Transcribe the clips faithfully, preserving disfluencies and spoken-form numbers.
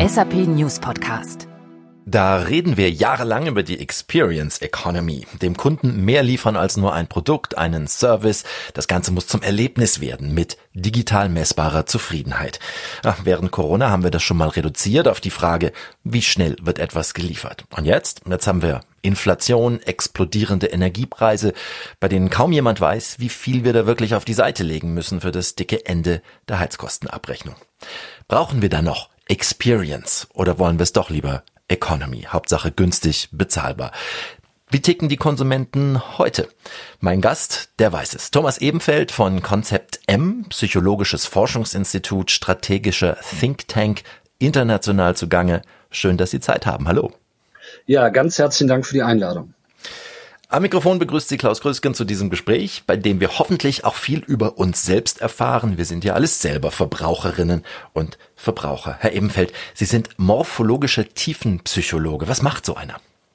S A P News Podcast. Da reden wir jahrelang über die Experience Economy, dem Kunden mehr liefern als nur ein Produkt, einen Service. Das Ganze muss zum Erlebnis werden mit digital messbarer Zufriedenheit. Ach, während Corona haben wir das schon mal reduziert auf die Frage, wie schnell wird etwas geliefert. Und jetzt? Jetzt haben wir Inflation, explodierende Energiepreise, bei denen kaum jemand weiß, wie viel wir da wirklich auf die Seite legen müssen für das dicke Ende der Heizkostenabrechnung. Brauchen wir da noch Experience oder wollen wir es doch lieber Economy, Hauptsache günstig, bezahlbar? Wie ticken die Konsumenten heute? Mein Gast, der weiß es. Thomas Ebenfeld von Concept M, Psychologisches Forschungsinstitut, strategischer Think Tank, international zugange. Schön, dass Sie Zeit haben. Hallo. Ja, ganz herzlichen Dank für die Einladung. Am Mikrofon begrüßt Sie Klaus Krüsken zu diesem Gespräch, bei dem wir hoffentlich auch viel über uns selbst erfahren. Wir sind ja alles selber Verbraucherinnen und Verbraucher. Herr Ebenfeld, Sie sind morphologischer Tiefenpsychologe. Was macht so einer?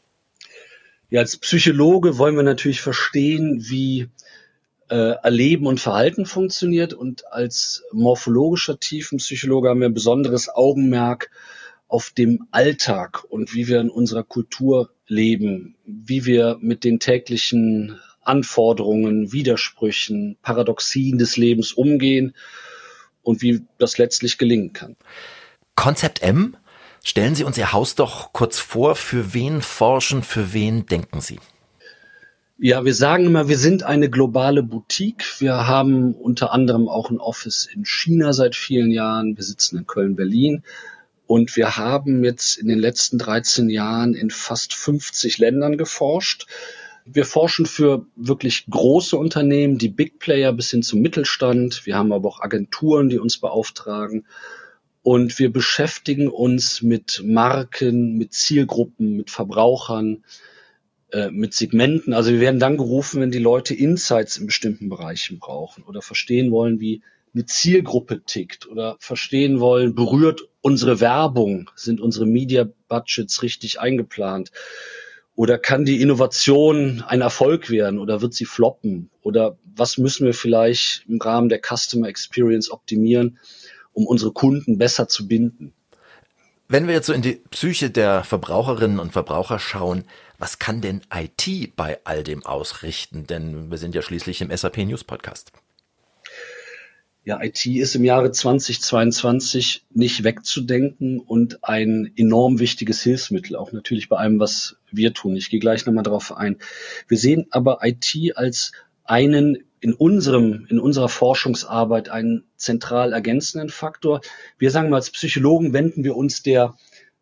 Ja, als Psychologe wollen wir natürlich verstehen, wie äh, Erleben und Verhalten funktioniert. Und als morphologischer Tiefenpsychologe haben wir ein besonderes Augenmerk auf dem Alltag und wie wir in unserer Kultur leben, wie wir mit den täglichen Anforderungen, Widersprüchen, Paradoxien des Lebens umgehen und wie das letztlich gelingen kann. Concept M, stellen Sie uns Ihr Haus doch kurz vor. Für wen forschen, für wen denken Sie? Ja, wir sagen immer, wir sind eine globale Boutique. Wir haben unter anderem auch ein Office in China seit vielen Jahren. Wir sitzen in Köln, Berlin. Und wir haben jetzt in den letzten dreizehn Jahren in fast fünfzig Ländern geforscht. Wir forschen für wirklich große Unternehmen, die Big Player bis hin zum Mittelstand. Wir haben aber auch Agenturen, die uns beauftragen. Und wir beschäftigen uns mit Marken, mit Zielgruppen, mit Verbrauchern, äh, mit Segmenten. Also wir werden dann gerufen, wenn die Leute Insights in bestimmten Bereichen brauchen oder verstehen wollen, wie eine Zielgruppe tickt oder verstehen wollen, berührt unsere Werbung, sind unsere Media Budgets richtig eingeplant oder kann die Innovation ein Erfolg werden oder wird sie floppen oder was müssen wir vielleicht im Rahmen der Customer Experience optimieren, um unsere Kunden besser zu binden. Wenn wir jetzt so in die Psyche der Verbraucherinnen und Verbraucher schauen, was kann denn I T bei all dem ausrichten? Denn wir sind ja schließlich im S A P News Podcast. Ja, I T ist im Jahre zweitausendzweiundzwanzig nicht wegzudenken und ein enorm wichtiges Hilfsmittel, auch natürlich bei allem, was wir tun. Ich gehe gleich nochmal darauf ein. Wir sehen aber I T als einen in unserem, in unserer Forschungsarbeit einen zentral ergänzenden Faktor. Wir sagen mal, als Psychologen wenden wir uns der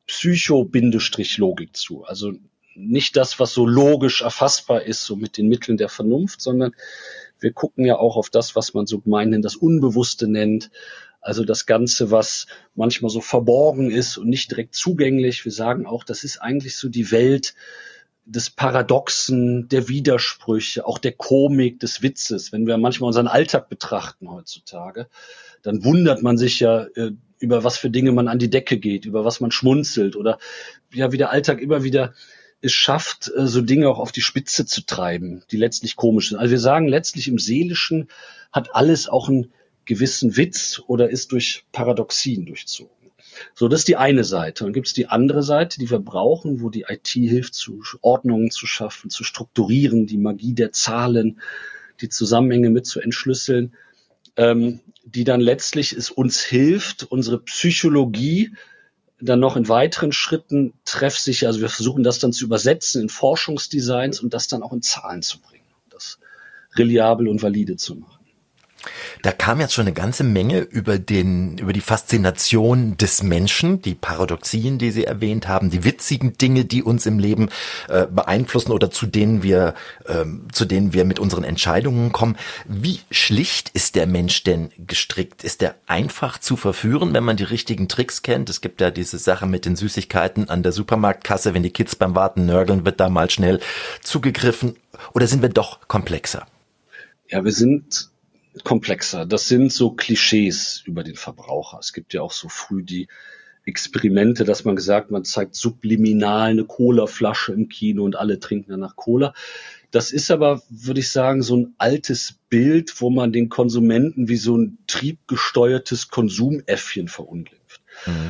Psycho-Logik zu. Also nicht das, was so logisch erfassbar ist, so mit den Mitteln der Vernunft, sondern wir gucken ja auch auf das, was man so gemeinhin das Unbewusste nennt. Also das Ganze, was manchmal so verborgen ist und nicht direkt zugänglich. Wir sagen auch, das ist eigentlich so die Welt des Paradoxen, der Widersprüche, auch der Komik, des Witzes. Wenn wir manchmal unseren Alltag betrachten heutzutage, dann wundert man sich ja, äh, über was für Dinge man an die Decke geht, über was man schmunzelt oder ja, wie der Alltag immer wieder es schafft, so Dinge auch auf die Spitze zu treiben, die letztlich komisch sind. Also wir sagen, letztlich im Seelischen hat alles auch einen gewissen Witz oder ist durch Paradoxien durchzogen. So, das ist die eine Seite. Dann gibt es die andere Seite, die wir brauchen, wo die I T hilft, zu Ordnungen zu schaffen, zu strukturieren, die Magie der Zahlen, die Zusammenhänge mit zu entschlüsseln, ähm, die dann letztlich es uns hilft, unsere Psychologie dann noch in weiteren Schritten treffsicher, also wir versuchen das dann zu übersetzen in Forschungsdesigns und das dann auch in Zahlen zu bringen, das reliabel und valide zu machen. Da kam jetzt schon eine ganze Menge über den, über die Faszination des Menschen, die Paradoxien, die Sie erwähnt haben, die witzigen Dinge, die uns im Leben äh, beeinflussen oder zu denen wir, ähm, zu denen wir mit unseren Entscheidungen kommen. Wie schlicht ist der Mensch denn gestrickt? Ist der einfach zu verführen, wenn man die richtigen Tricks kennt? Es gibt ja diese Sache mit den Süßigkeiten an der Supermarktkasse, wenn die Kids beim Warten nörgeln, wird da mal schnell zugegriffen. Oder sind wir doch komplexer? Ja, wir sind komplexer. Das sind so Klischees über den Verbraucher. Es gibt ja auch so früh die Experimente, dass man gesagt, man zeigt subliminal eine Colaflasche im Kino und alle trinken danach Cola. Das ist aber, würde ich sagen, so ein altes Bild, wo man den Konsumenten wie so ein triebgesteuertes Konsumäffchen verunglimpft. Mhm.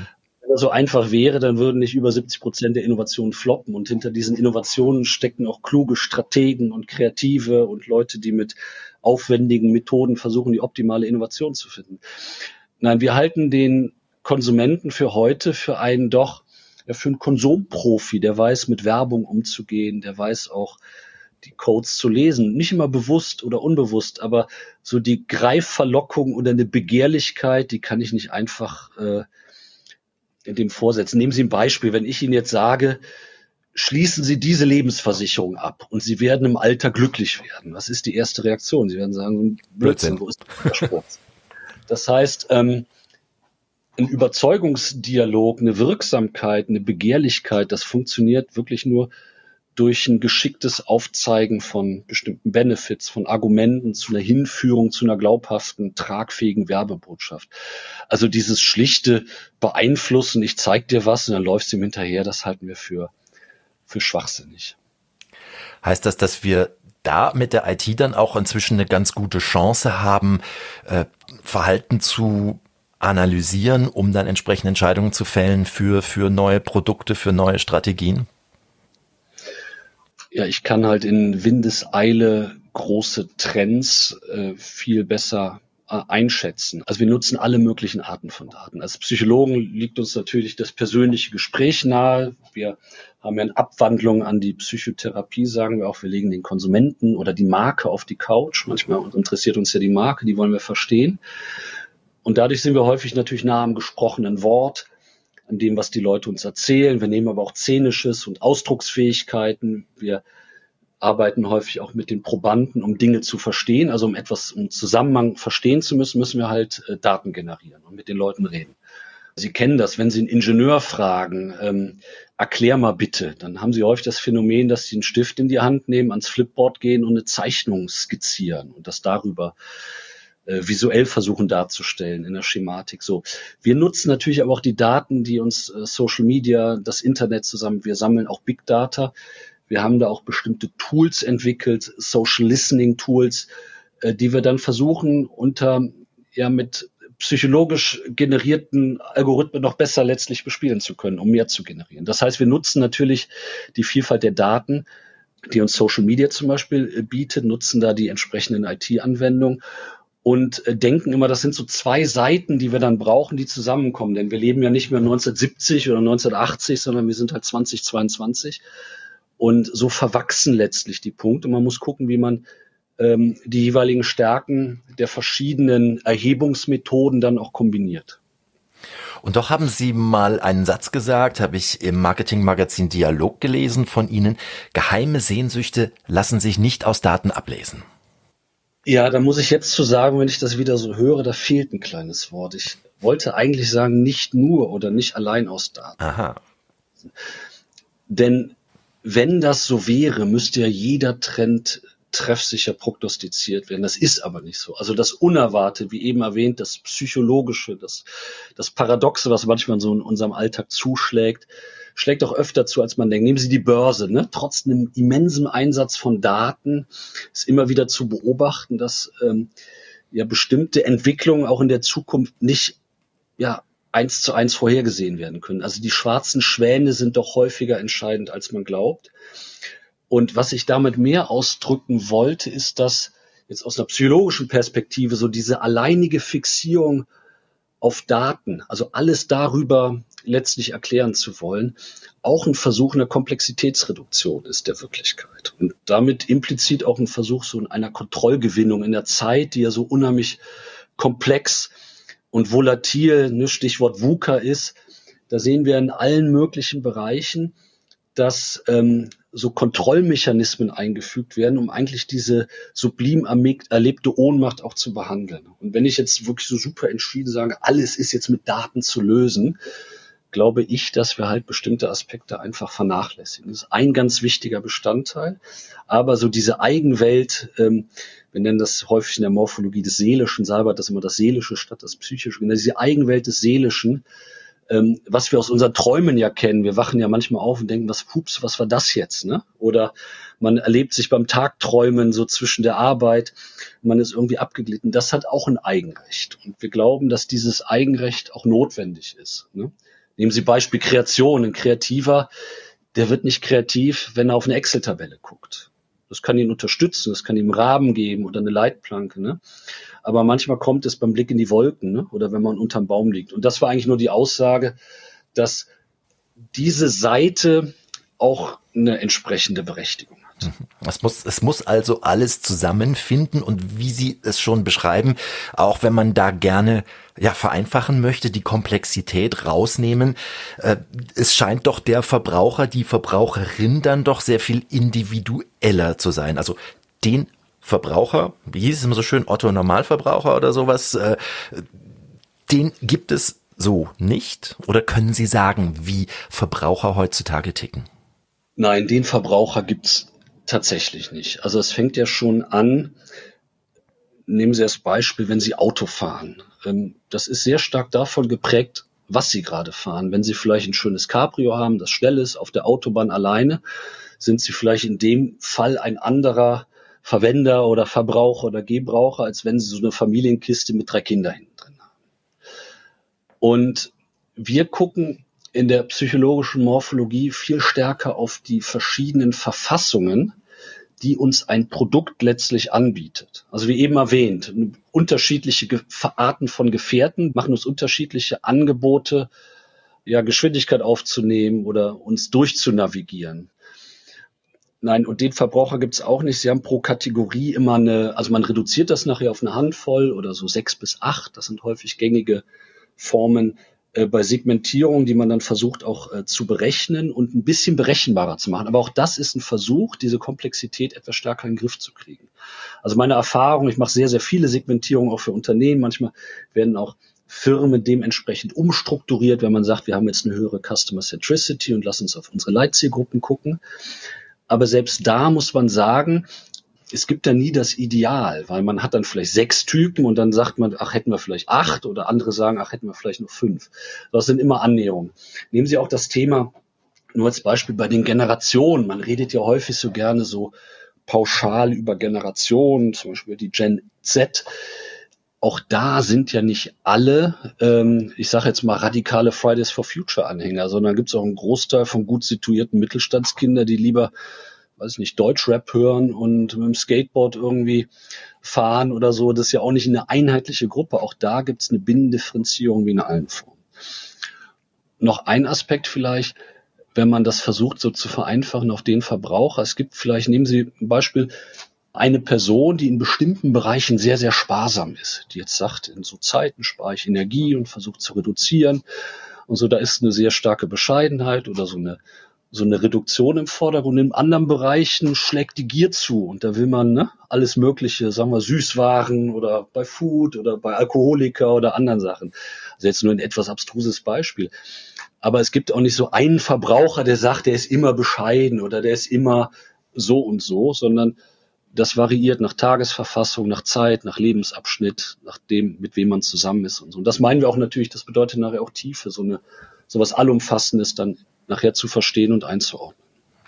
Wenn das so einfach wäre, dann würden nicht über siebzig Prozent der Innovationen floppen. Und hinter diesen Innovationen stecken auch kluge Strategen und Kreative und Leute, die mit aufwendigen Methoden versuchen, die optimale Innovation zu finden. Nein, wir halten den Konsumenten für heute für einen doch, ja, für einen Konsumprofi, der weiß, mit Werbung umzugehen, der weiß auch, die Codes zu lesen. Nicht immer bewusst oder unbewusst, aber so die Greifverlockung oder eine Begehrlichkeit, die kann ich nicht einfach äh, in dem vorsetzen. Nehmen Sie ein Beispiel, wenn ich Ihnen jetzt sage, schließen Sie diese Lebensversicherung ab und Sie werden im Alter glücklich werden. Was ist die erste Reaktion? Sie werden sagen, Blödsinn, Blödsinn. Wo ist der Sport? Das heißt, ähm, ein Überzeugungsdialog, eine Wirksamkeit, eine Begehrlichkeit, das funktioniert wirklich nur durch ein geschicktes Aufzeigen von bestimmten Benefits, von Argumenten zu einer Hinführung, zu einer glaubhaften, tragfähigen Werbebotschaft. Also dieses schlichte Beeinflussen, ich zeig dir was und dann läufst du ihm hinterher, das halten wir für, für schwachsinnig. Heißt das, dass wir da mit der I T dann auch inzwischen eine ganz gute Chance haben, äh, Verhalten zu analysieren, um dann entsprechende Entscheidungen zu fällen für, für neue Produkte, für neue Strategien? Ja, ich kann halt in Windeseile große Trends äh, viel besser äh, einschätzen. Also wir nutzen alle möglichen Arten von Daten. Als Psychologen liegt uns natürlich das persönliche Gespräch nahe. Wir haben ja eine Abwandlung an die Psychotherapie, sagen wir auch. Wir legen den Konsumenten oder die Marke auf die Couch. Manchmal interessiert uns ja die Marke, die wollen wir verstehen. Und dadurch sind wir häufig natürlich nah am gesprochenen Wort, an dem, was die Leute uns erzählen. Wir nehmen aber auch Szenisches und Ausdrucksfähigkeiten. Wir arbeiten häufig auch mit den Probanden, um Dinge zu verstehen. Also um etwas im Zusammenhang verstehen zu müssen, müssen wir halt äh, Daten generieren und mit den Leuten reden. Sie kennen das, wenn Sie einen Ingenieur fragen, ähm, erklär mal bitte, dann haben Sie häufig das Phänomen, dass Sie einen Stift in die Hand nehmen, ans Flipboard gehen und eine Zeichnung skizzieren und das darüber visuell versuchen darzustellen in der Schematik. So, wir nutzen natürlich aber auch die Daten, die uns äh, Social Media, das Internet zusammen, wir sammeln auch Big Data. Wir haben da auch bestimmte Tools entwickelt, Social Listening Tools, äh, die wir dann versuchen unter, ja, mit psychologisch generierten Algorithmen noch besser letztlich bespielen zu können, um mehr zu generieren. Das heißt, wir nutzen natürlich die Vielfalt der Daten, die uns Social Media zum Beispiel äh, bietet, nutzen da die entsprechenden I T-Anwendungen und denken immer, das sind so zwei Seiten, die wir dann brauchen, die zusammenkommen. Denn wir leben ja nicht mehr neunzehnhundertsiebzig oder neunzehnhundertachtzig, sondern wir sind halt zwanzig zweiundzwanzig. Und so verwachsen letztlich die Punkte. Man muss gucken, wie man ähm, die jeweiligen Stärken der verschiedenen Erhebungsmethoden dann auch kombiniert. Und doch haben Sie mal einen Satz gesagt, habe ich im Marketingmagazin Dialog gelesen von Ihnen. Geheime Sehnsüchte lassen sich nicht aus Daten ablesen. Ja, da muss ich jetzt zu sagen, wenn ich das wieder so höre, da fehlt ein kleines Wort. Ich wollte eigentlich sagen, nicht nur oder nicht allein aus Daten. Aha. Denn wenn das so wäre, müsste ja jeder Trend treffsicher prognostiziert werden. Das ist aber nicht so. Also das Unerwartete, wie eben erwähnt, das Psychologische, das, das Paradoxe, was manchmal so in unserem Alltag zuschlägt, schlägt auch öfter zu, als man denkt. Nehmen Sie die Börse, ne? Trotz einem immensen Einsatz von Daten ist immer wieder zu beobachten, dass ähm, ja bestimmte Entwicklungen auch in der Zukunft nicht ja eins zu eins vorhergesehen werden können. Also die schwarzen Schwäne sind doch häufiger entscheidend, als man glaubt. Und was ich damit mehr ausdrücken wollte, ist, dass jetzt aus einer psychologischen Perspektive so diese alleinige Fixierung auf Daten, also alles darüber letztlich erklären zu wollen, auch ein Versuch einer Komplexitätsreduktion ist der Wirklichkeit. Und damit implizit auch ein Versuch so einer Kontrollgewinnung in der Zeit, die ja so unheimlich komplex und volatil, ne, Stichwort VUCA ist. Da sehen wir in allen möglichen Bereichen, dass ähm, so Kontrollmechanismen eingefügt werden, um eigentlich diese sublim erlebte Ohnmacht auch zu behandeln. Und wenn ich jetzt wirklich so super entschieden sage, alles ist jetzt mit Daten zu lösen, glaube ich, dass wir halt bestimmte Aspekte einfach vernachlässigen. Das ist ein ganz wichtiger Bestandteil. Aber so diese Eigenwelt, ähm, wir nennen das häufig in der Morphologie des Seelischen, Salbert das immer das Seelische statt das Psychische, diese Eigenwelt des Seelischen, ähm, was wir aus unseren Träumen ja kennen. Wir wachen ja manchmal auf und denken, was, hups, was war das jetzt, ne? Oder man erlebt sich beim Tagträumen so zwischen der Arbeit, man ist irgendwie abgeglitten. Das hat auch ein Eigenrecht. Und wir glauben, dass dieses Eigenrecht auch notwendig ist, ne? Nehmen Sie Beispiel Kreation. Ein Kreativer, der wird nicht kreativ, wenn er auf eine Excel-Tabelle guckt. Das kann ihn unterstützen, das kann ihm einen Rahmen geben oder eine Leitplanke, ne? Aber manchmal kommt es beim Blick in die Wolken, ne? Oder wenn man unterm Baum liegt. Und das war eigentlich nur die Aussage, dass diese Seite auch eine entsprechende Berechtigung hat. Es muss, es muss also alles zusammenfinden und wie Sie es schon beschreiben, auch wenn man da gerne ja vereinfachen möchte, die Komplexität rausnehmen, äh, es scheint doch der Verbraucher, die Verbraucherin dann doch sehr viel individueller zu sein. Also den Verbraucher, wie hieß es immer so schön, Otto Normalverbraucher oder sowas, äh, den gibt es so nicht? Oder können Sie sagen, wie Verbraucher heutzutage ticken? Nein, den Verbraucher gibt's tatsächlich nicht. Also es fängt ja schon an, nehmen Sie das Beispiel, wenn Sie Auto fahren. Das ist sehr stark davon geprägt, was Sie gerade fahren. Wenn Sie vielleicht ein schönes Cabrio haben, das schnell ist, auf der Autobahn alleine, sind Sie vielleicht in dem Fall ein anderer Verwender oder Verbraucher oder Gebraucher, als wenn Sie so eine Familienkiste mit drei Kindern hinten drin haben. Und wir gucken in der psychologischen Morphologie viel stärker auf die verschiedenen Verfassungen, die uns ein Produkt letztlich anbietet. Also wie eben erwähnt, unterschiedliche Arten von Gefährten machen uns unterschiedliche Angebote, ja, Geschwindigkeit aufzunehmen oder uns durchzunavigieren. Nein, und den Verbraucher gibt's auch nicht. Sie haben pro Kategorie immer eine, also man reduziert das nachher auf eine Handvoll oder so sechs bis acht. Das sind häufig gängige Formen äh, bei Segmentierung, die man dann versucht auch äh, zu berechnen und ein bisschen berechenbarer zu machen. Aber auch das ist ein Versuch, diese Komplexität etwas stärker in den Griff zu kriegen. Also meine Erfahrung, ich mache sehr, sehr viele Segmentierungen auch für Unternehmen. Manchmal werden auch Firmen dementsprechend umstrukturiert, wenn man sagt, wir haben jetzt eine höhere Customer Centricity und lass uns auf unsere Leitzielgruppen gucken. Aber selbst da muss man sagen, es gibt da nie das Ideal, weil man hat dann vielleicht sechs Typen und dann sagt man, ach, hätten wir vielleicht acht, oder andere sagen, ach, hätten wir vielleicht nur fünf. Das sind immer Annäherungen. Nehmen Sie auch das Thema, nur als Beispiel bei den Generationen. Man redet ja häufig so gerne so pauschal über Generationen, zum Beispiel die Gen Z. Auch da sind ja nicht alle, ähm, ich sage jetzt mal, radikale Fridays for Future Anhänger, sondern gibt es auch einen Großteil von gut situierten Mittelstandskindern, die lieber, weiß ich nicht, Deutschrap hören und mit dem Skateboard irgendwie fahren oder so. Das ist ja auch nicht eine einheitliche Gruppe. Auch da gibt es eine Binnendifferenzierung wie in allen Formen. Noch ein Aspekt vielleicht, wenn man das versucht so zu vereinfachen auf den Verbraucher. Es gibt vielleicht, nehmen Sie ein Beispiel, eine Person, die in bestimmten Bereichen sehr, sehr sparsam ist, die jetzt sagt, in so Zeiten spare ich Energie und versucht zu reduzieren. Und so, da ist eine sehr starke Bescheidenheit oder so eine, so eine Reduktion im Vordergrund. In anderen Bereichen schlägt die Gier zu und da will man ne, alles Mögliche, sagen wir Süßwaren oder bei Food oder bei Alkoholiker oder anderen Sachen. Also jetzt nur ein etwas abstruses Beispiel. Aber es gibt auch nicht so einen Verbraucher, der sagt, der ist immer bescheiden oder der ist immer so und so, sondern das variiert nach Tagesverfassung, nach Zeit, nach Lebensabschnitt, nach dem, mit wem man zusammen ist und so. Und das meinen wir auch natürlich, das bedeutet nachher auch Tiefe, so eine, so was Allumfassendes dann nachher zu verstehen und einzuordnen.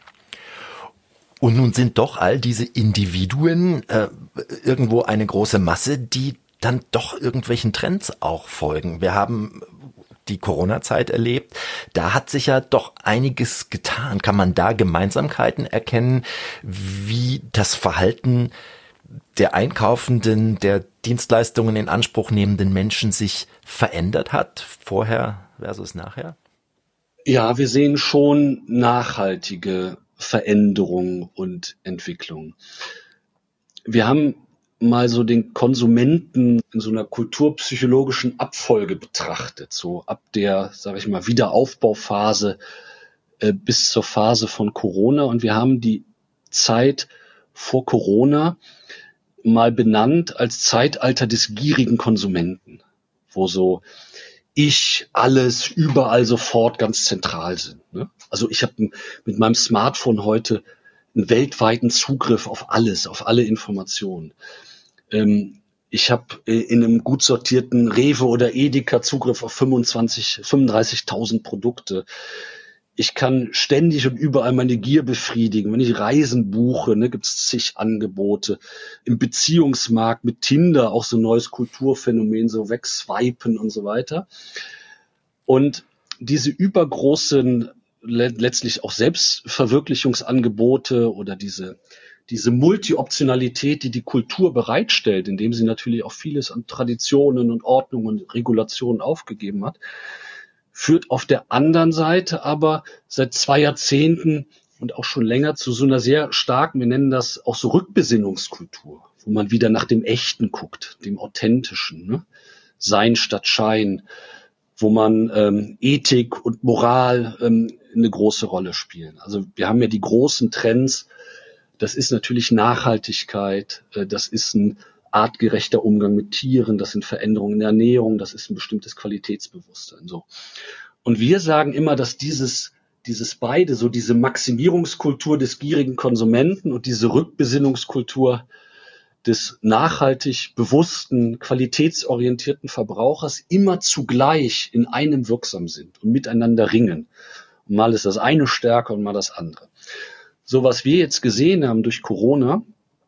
Und nun sind doch all diese Individuen äh, irgendwo eine große Masse, die dann doch irgendwelchen Trends auch folgen. Wir haben die Corona-Zeit erlebt. Da hat sich ja doch einiges getan. Kann man da Gemeinsamkeiten erkennen, wie das Verhalten der einkaufenden, der Dienstleistungen in Anspruch nehmenden Menschen sich verändert hat, vorher versus nachher? Ja, wir sehen schon nachhaltige Veränderungen und Entwicklungen. Wir haben mal so den Konsumenten in so einer kulturpsychologischen Abfolge betrachtet, so ab der, sage ich mal, Wiederaufbauphase äh, bis zur Phase von Corona. Und wir haben die Zeit vor Corona mal benannt als Zeitalter des gierigen Konsumenten, wo so ich, alles, überall sofort ganz zentral sind. Ne? Also ich habe mit meinem Smartphone heute einen weltweiten Zugriff auf alles, auf alle Informationen. Ähm, ich habe in einem gut sortierten Rewe oder Edeka Zugriff auf fünfundzwanzig, fünfunddreißigtausend Produkte. Ich kann ständig und überall meine Gier befriedigen. Wenn ich Reisen buche, ne, gibt es zig Angebote. Im Beziehungsmarkt mit Tinder auch so ein neues Kulturphänomen, so wegswipen und so weiter. Und diese übergroßen, le- letztlich auch Selbstverwirklichungsangebote oder diese diese Multi-Optionalität, die die Kultur bereitstellt, indem sie natürlich auch vieles an Traditionen und Ordnungen und Regulationen aufgegeben hat, führt auf der anderen Seite aber seit zwei Jahrzehnten und auch schon länger zu so einer sehr starken, wir nennen das auch so Rückbesinnungskultur, wo man wieder nach dem Echten guckt, dem Authentischen, ne? Sein statt Schein, wo man ähm, Ethik und Moral ähm, eine große Rolle spielen. Also wir haben ja die großen Trends. Das ist natürlich Nachhaltigkeit, äh, das ist ein artgerechter Umgang mit Tieren, das sind Veränderungen in der Ernährung, das ist ein bestimmtes Qualitätsbewusstsein. So. Und wir sagen immer, dass dieses, dieses beide, so diese Maximierungskultur des gierigen Konsumenten und diese Rückbesinnungskultur des nachhaltig bewussten, qualitätsorientierten Verbrauchers immer zugleich in einem wirksam sind und miteinander ringen. Und mal ist das eine stärker und mal das andere. So, was wir jetzt gesehen haben durch Corona,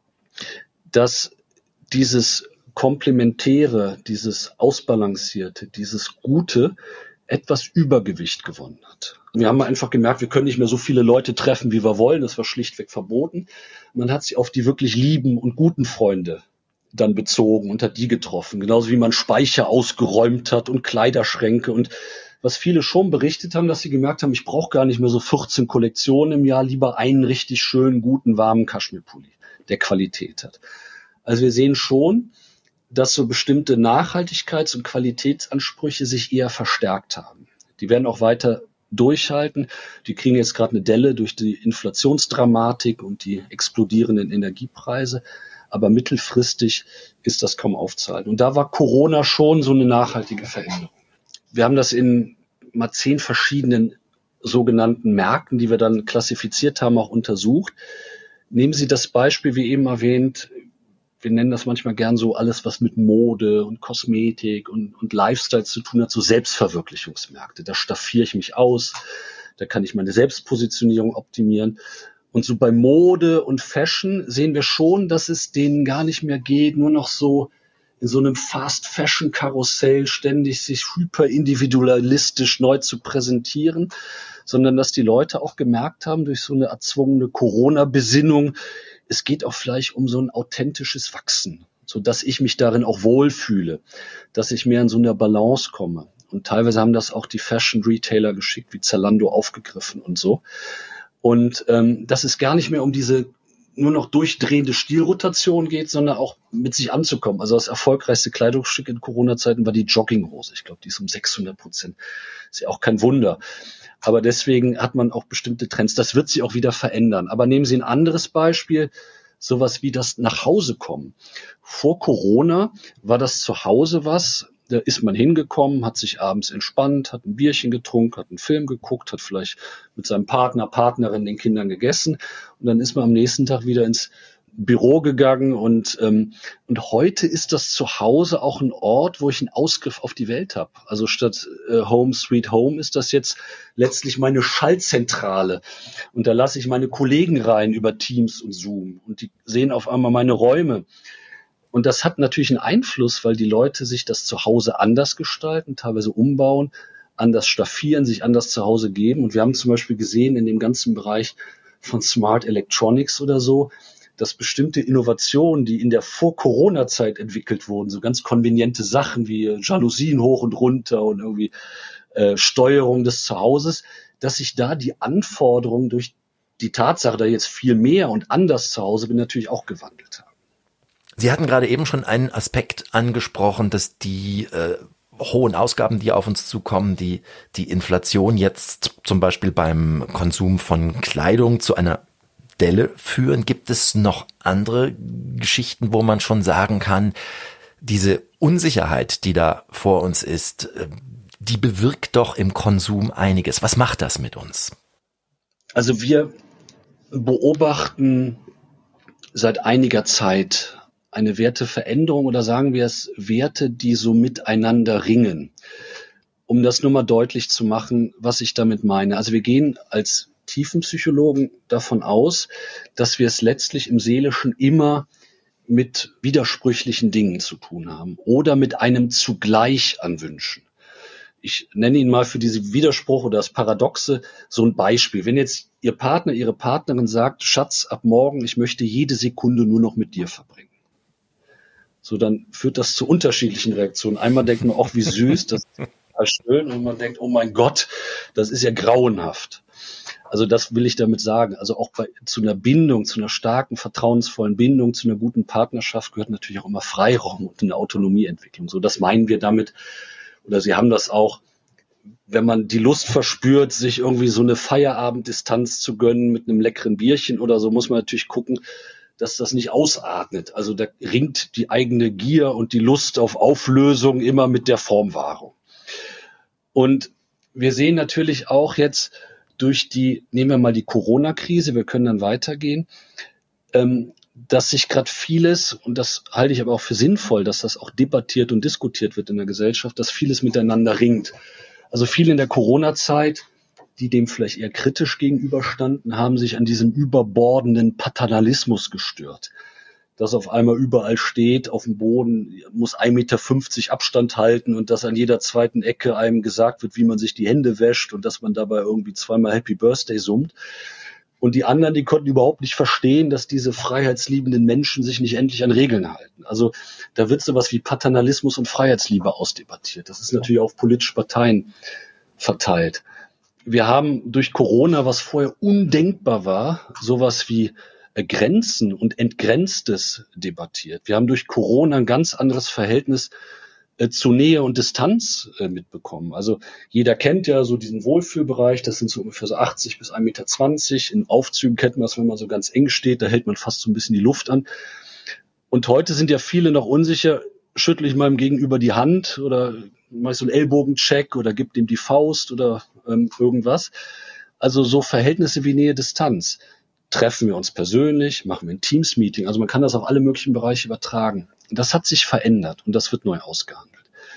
dass dieses Komplementäre, dieses Ausbalancierte, dieses Gute etwas Übergewicht gewonnen hat. Wir haben einfach gemerkt, wir können nicht mehr so viele Leute treffen, wie wir wollen. Das war schlichtweg verboten. Man hat sich auf die wirklich lieben und guten Freunde dann bezogen und hat die getroffen. Genauso wie man Speicher ausgeräumt hat und Kleiderschränke. Und was viele schon berichtet haben, dass sie gemerkt haben, ich brauche gar nicht mehr so vierzehn Kollektionen im Jahr, lieber einen richtig schönen, guten, warmen Kaschmirpulli, der Qualität hat. Also wir sehen schon, dass so bestimmte Nachhaltigkeits- und Qualitätsansprüche sich eher verstärkt haben. Die werden auch weiter durchhalten. Die kriegen jetzt gerade eine Delle durch die Inflationsdramatik und die explodierenden Energiepreise. Aber mittelfristig ist das kaum aufzuhalten. Und da war Corona schon so eine nachhaltige Veränderung. Wir haben das in mal zehn verschiedenen sogenannten Märkten, die wir dann klassifiziert haben, auch untersucht. Nehmen Sie das Beispiel, wie eben erwähnt, wir nennen das manchmal gern so alles, was mit Mode und Kosmetik und, und Lifestyle zu tun hat, so Selbstverwirklichungsmärkte. Da staffiere ich mich aus, da kann ich meine Selbstpositionierung optimieren. Und so bei Mode und Fashion sehen wir schon, dass es denen gar nicht mehr geht, nur noch so in so einem Fast-Fashion-Karussell ständig sich hyper-individualistisch neu zu präsentieren, sondern dass die Leute auch gemerkt haben, durch so eine erzwungene Corona-Besinnung, es geht auch vielleicht um so ein authentisches Wachsen, so dass ich mich darin auch wohlfühle, dass ich mehr in so einer Balance komme. Und teilweise haben das auch die Fashion-Retailer geschickt, wie Zalando aufgegriffen und so. Und ähm, dass es gar nicht mehr um diese nur noch durchdrehende Stilrotation geht, sondern auch mit sich anzukommen. Also das erfolgreichste Kleidungsstück in Corona-Zeiten war die Jogginghose. Ich glaube, die ist um sechshundert Prozent. Ist ja auch kein Wunder. Aber deswegen hat man auch bestimmte Trends. Das wird sich auch wieder verändern. Aber nehmen Sie ein anderes Beispiel, sowas wie das Nachhausekommen. Vor Corona war das zu Hause was, da ist man hingekommen, hat sich abends entspannt, hat ein Bierchen getrunken, hat einen Film geguckt, hat vielleicht mit seinem Partner, Partnerin, den Kindern gegessen und dann ist man am nächsten Tag wieder ins Büro gegangen und ähm, und heute ist das Zuhause auch ein Ort, wo ich einen Ausgriff auf die Welt habe. Also statt äh, Home Sweet Home ist das jetzt letztlich meine Schaltzentrale und da lasse ich meine Kollegen rein über Teams und Zoom und die sehen auf einmal meine Räume. Und das hat natürlich einen Einfluss, weil die Leute sich das Zuhause anders gestalten, teilweise umbauen, anders staffieren, sich anders zu Hause geben. Und wir haben zum Beispiel gesehen in dem ganzen Bereich von Smart Electronics oder so, dass bestimmte Innovationen, die in der Vor-Corona-Zeit entwickelt wurden, so ganz konveniente Sachen wie Jalousien hoch und runter und irgendwie äh, Steuerung des Zuhauses, dass sich da die Anforderungen durch die Tatsache, dass ich jetzt viel mehr und anders zu Hause bin, natürlich auch gewandelt haben. Sie hatten gerade eben schon einen Aspekt angesprochen, dass die äh, hohen Ausgaben, die auf uns zukommen, die die Inflation jetzt zum Beispiel beim Konsum von Kleidung zu einer Delle führen. Gibt es noch andere Geschichten, wo man schon sagen kann, diese Unsicherheit, die da vor uns ist, die bewirkt doch im Konsum einiges. Was macht das mit uns? Also wir beobachten seit einiger Zeit eine Werteveränderung oder sagen wir es Werte, die so miteinander ringen. Um das nur mal deutlich zu machen, was ich damit meine. Also wir gehen als Tiefenpsychologen davon aus, dass wir es letztlich im Seelischen immer mit widersprüchlichen Dingen zu tun haben oder mit einem Zugleich an Wünschen. ich nenne ihn mal für diesen Widerspruch oder das Paradoxe so ein Beispiel. Wenn jetzt Ihr Partner, Ihre Partnerin sagt, Schatz, ab morgen, ich möchte jede Sekunde nur noch mit dir verbringen. So, dann führt das zu unterschiedlichen Reaktionen. Einmal denkt man, auch wie süß, das ist total schön. Und man denkt, oh mein Gott, das ist ja grauenhaft. Also das will ich damit sagen. Also auch bei, zu einer Bindung, zu einer starken, vertrauensvollen Bindung, zu einer guten Partnerschaft gehört natürlich auch immer Freiraum und eine Autonomieentwicklung. So, das meinen wir damit. Oder Sie haben das auch, wenn man die Lust verspürt, sich irgendwie so eine Feierabenddistanz zu gönnen mit einem leckeren Bierchen oder so, muss man natürlich gucken, dass das nicht ausatmet. Also da ringt die eigene Gier und die Lust auf Auflösung immer mit der Formwahrung. Und wir sehen natürlich auch jetzt durch die, nehmen wir mal die Corona-Krise, wir können dann weitergehen, ähm, dass sich gerade vieles, und das halte ich aber auch für sinnvoll, dass das auch debattiert und diskutiert wird in der Gesellschaft, dass vieles miteinander ringt. Also viele in der Corona-Zeit, die dem vielleicht eher kritisch gegenüberstanden, haben sich an diesem überbordenden Paternalismus gestört. Dass auf einmal überall steht, auf dem Boden, muss ein Meter fünfzig Abstand halten und dass an jeder zweiten Ecke einem gesagt wird, wie man sich die Hände wäscht und dass man dabei irgendwie zweimal Happy Birthday summt. Und die anderen, die konnten überhaupt nicht verstehen, dass diese freiheitsliebenden Menschen sich nicht endlich an Regeln halten. Also da wird sowas wie Paternalismus und Freiheitsliebe ausdebattiert. Das ist natürlich auf politische Parteien verteilt. Wir haben durch Corona, was vorher undenkbar war, sowas wie Grenzen und Entgrenztes debattiert. Wir haben durch Corona ein ganz anderes Verhältnis äh, zu Nähe und Distanz äh, mitbekommen. Also jeder kennt ja so diesen Wohlfühlbereich, das sind so ungefähr so achtzig bis ein Meter zwanzig. In Aufzügen kennt man das, wenn man so ganz eng steht, da hält man fast so ein bisschen die Luft an. Und heute sind ja viele noch unsicher, schüttle ich meinem Gegenüber die Hand oder mache ich so einen Ellbogencheck oder gebe dem die Faust oder ähm, irgendwas. Also so Verhältnisse wie Nähe, Distanz. Treffen wir uns persönlich, machen wir ein Teams-Meeting. Also man kann das auf alle möglichen Bereiche übertragen. Und das hat sich verändert und das wird neu ausgehandelt.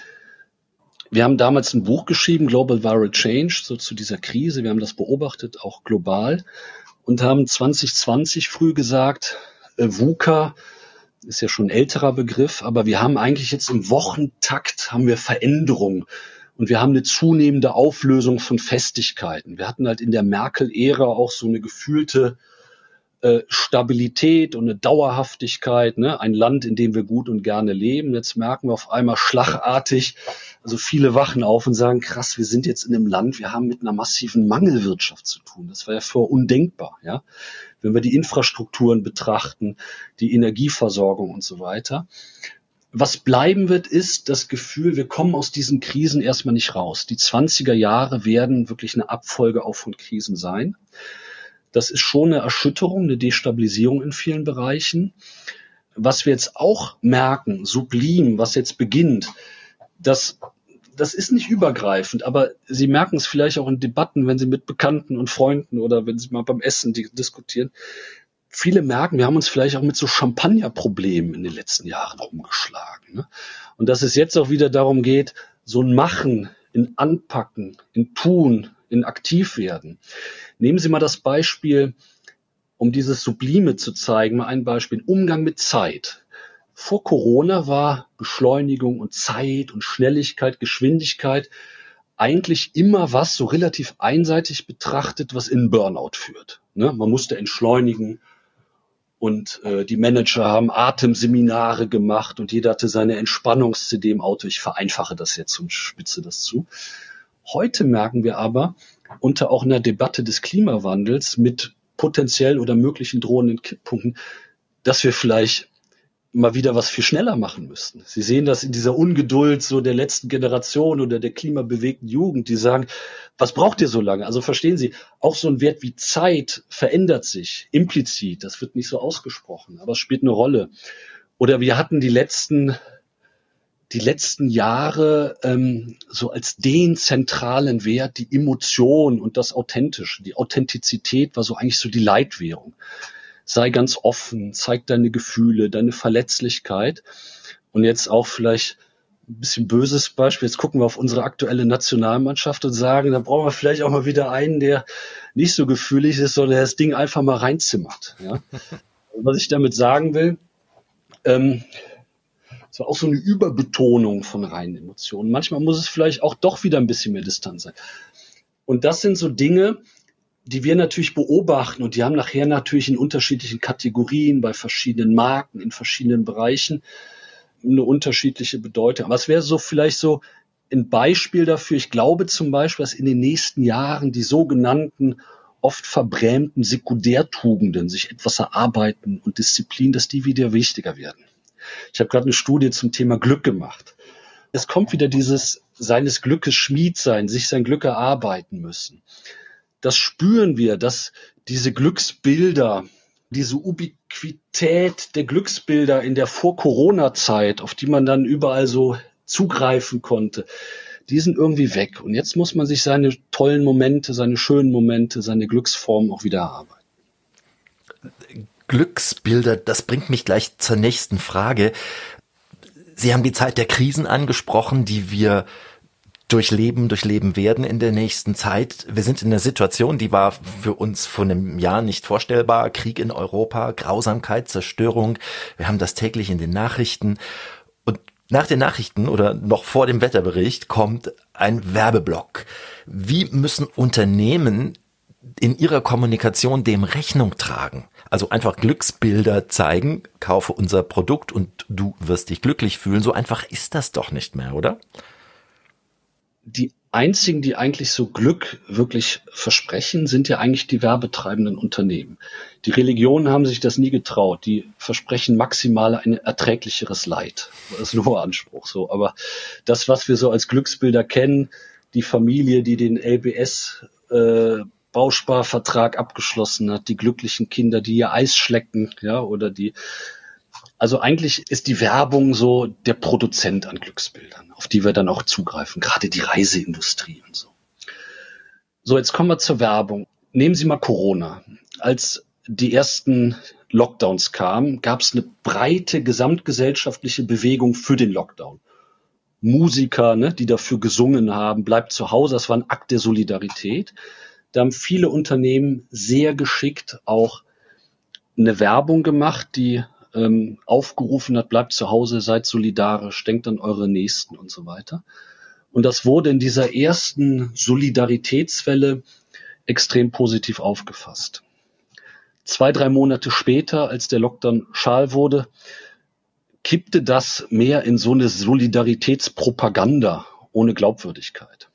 Wir haben damals ein Buch geschrieben, Global Viral Change, so zu dieser Krise. Wir haben das beobachtet, auch global, und haben zwanzig zwanzig früh gesagt, äh, VUCA ist ja schon ein älterer Begriff, aber wir haben eigentlich jetzt im Wochentakt haben wir Veränderungen. Und wir haben eine zunehmende Auflösung von Festigkeiten. Wir hatten halt in der Merkel-Ära auch so eine gefühlte äh, Stabilität und eine Dauerhaftigkeit, ne? Ein Land, in dem wir gut und gerne leben. Jetzt merken wir auf einmal schlagartig, also viele wachen auf und sagen, krass, wir sind jetzt in einem Land, wir haben mit einer massiven Mangelwirtschaft zu tun. Das war ja vorher undenkbar, ja. Wenn wir die Infrastrukturen betrachten, die Energieversorgung und so weiter. Was bleiben wird, ist das Gefühl, wir kommen aus diesen Krisen erstmal nicht raus. Die zwanziger Jahre werden wirklich eine Abfolge auch von Krisen sein. Das ist schon eine Erschütterung, eine Destabilisierung in vielen Bereichen. Was wir jetzt auch merken, sublim, was jetzt beginnt, das, das ist nicht übergreifend, aber Sie merken es vielleicht auch in Debatten, wenn Sie mit Bekannten und Freunden oder wenn Sie mal beim Essen diskutieren. Viele merken, wir haben uns vielleicht auch mit so Champagnerproblemen in den letzten Jahren rumgeschlagen. Ne? Und dass es jetzt auch wieder darum geht, so ein Machen, in Anpacken, in Tun, in Aktivwerden. Nehmen Sie mal das Beispiel, um dieses Sublime zu zeigen, mal ein Beispiel, Umgang mit Zeit. Vor Corona war Beschleunigung und Zeit und Schnelligkeit, Geschwindigkeit eigentlich immer was so relativ einseitig betrachtet, was in Burnout führt. Ne? Man musste entschleunigen. Und äh, die Manager haben Atemseminare gemacht und jeder hatte seine Entspannungs-C D im Auto. Ich vereinfache das jetzt und spitze das zu. Heute merken wir aber, unter auch einer Debatte des Klimawandels mit potenziell oder möglichen drohenden Kipppunkten, dass wir vielleicht mal wieder was viel schneller machen müssten. Sie sehen das in dieser Ungeduld so der letzten Generation oder der klimabewegten Jugend, die sagen, was braucht ihr so lange? Also verstehen Sie, auch so ein Wert wie Zeit verändert sich implizit. Das wird nicht so ausgesprochen, aber es spielt eine Rolle. Oder wir hatten die letzten, die letzten Jahre ähm, so als den zentralen Wert die Emotion und das Authentische. Die Authentizität war so eigentlich so die Leitwährung. Sei ganz offen, zeig deine Gefühle, deine Verletzlichkeit. Und jetzt auch vielleicht ein bisschen böses Beispiel. Jetzt gucken wir auf unsere aktuelle Nationalmannschaft und sagen, da brauchen wir vielleicht auch mal wieder einen, der nicht so gefühlig ist, sondern der das Ding einfach mal reinzimmert. Ja? Was ich damit sagen will, ähm, Es war auch so eine Überbetonung von reinen Emotionen. Manchmal muss es vielleicht auch doch wieder ein bisschen mehr Distanz sein. Und das sind so Dinge, die wir natürlich beobachten und die haben nachher natürlich in unterschiedlichen Kategorien, bei verschiedenen Marken, in verschiedenen Bereichen eine unterschiedliche Bedeutung. Aber es wäre so vielleicht so ein Beispiel dafür. Ich glaube zum Beispiel, dass in den nächsten Jahren die sogenannten oft verbrämten Sekundärtugenden, sich etwas erarbeiten und Disziplin, dass die wieder wichtiger werden. Ich habe gerade eine Studie zum Thema Glück gemacht. Es kommt wieder dieses seines Glückes Schmied sein, sich sein Glück erarbeiten müssen. Das spüren wir, dass diese Glücksbilder, diese Ubiquität der Glücksbilder in der Vor-Corona-Zeit, auf die man dann überall so zugreifen konnte, die sind irgendwie weg. Und jetzt muss man sich seine tollen Momente, seine schönen Momente, seine Glücksformen auch wieder erarbeiten. Glücksbilder, das bringt mich gleich zur nächsten Frage. Sie haben die Zeit der Krisen angesprochen, die wir durchleben, durchleben werden in der nächsten Zeit. Wir sind in einer Situation, die war für uns vor einem Jahr nicht vorstellbar. Krieg in Europa, Grausamkeit, Zerstörung. Wir haben das täglich in den Nachrichten. Und nach den Nachrichten oder noch vor dem Wetterbericht kommt ein Werbeblock. Wie müssen Unternehmen in ihrer Kommunikation dem Rechnung tragen? Also einfach Glücksbilder zeigen, kaufe unser Produkt und du wirst dich glücklich fühlen. So einfach ist das doch nicht mehr, oder? Die einzigen, die eigentlich so Glück wirklich versprechen, sind ja eigentlich die werbetreibenden Unternehmen. Die Religionen haben sich das nie getraut. Die versprechen maximal ein erträglicheres Leid. Das ist nur Anspruch so. Aber das, was wir so als Glücksbilder kennen, die Familie, die den L B S äh, Bausparvertrag abgeschlossen hat, die glücklichen Kinder, die ihr Eis schlecken, ja, oder die. Also eigentlich ist die Werbung so der Produzent an Glücksbildern, auf die wir dann auch zugreifen, gerade die Reiseindustrie und so. So, jetzt kommen wir zur Werbung. Nehmen Sie mal Corona. Als die ersten Lockdowns kamen, gab es eine breite gesamtgesellschaftliche Bewegung für den Lockdown. Musiker, ne, die dafür gesungen haben, bleibt zu Hause, das war ein Akt der Solidarität. Da haben viele Unternehmen sehr geschickt auch eine Werbung gemacht, die ähm, aufgerufen hat, bleibt zu Hause, seid solidarisch, denkt an eure Nächsten und so weiter. Und das wurde in dieser ersten Solidaritätswelle extrem positiv aufgefasst. Zwei, drei Monate später, als der Lockdown schal wurde, kippte das mehr in so eine Solidaritätspropaganda ohne Glaubwürdigkeit.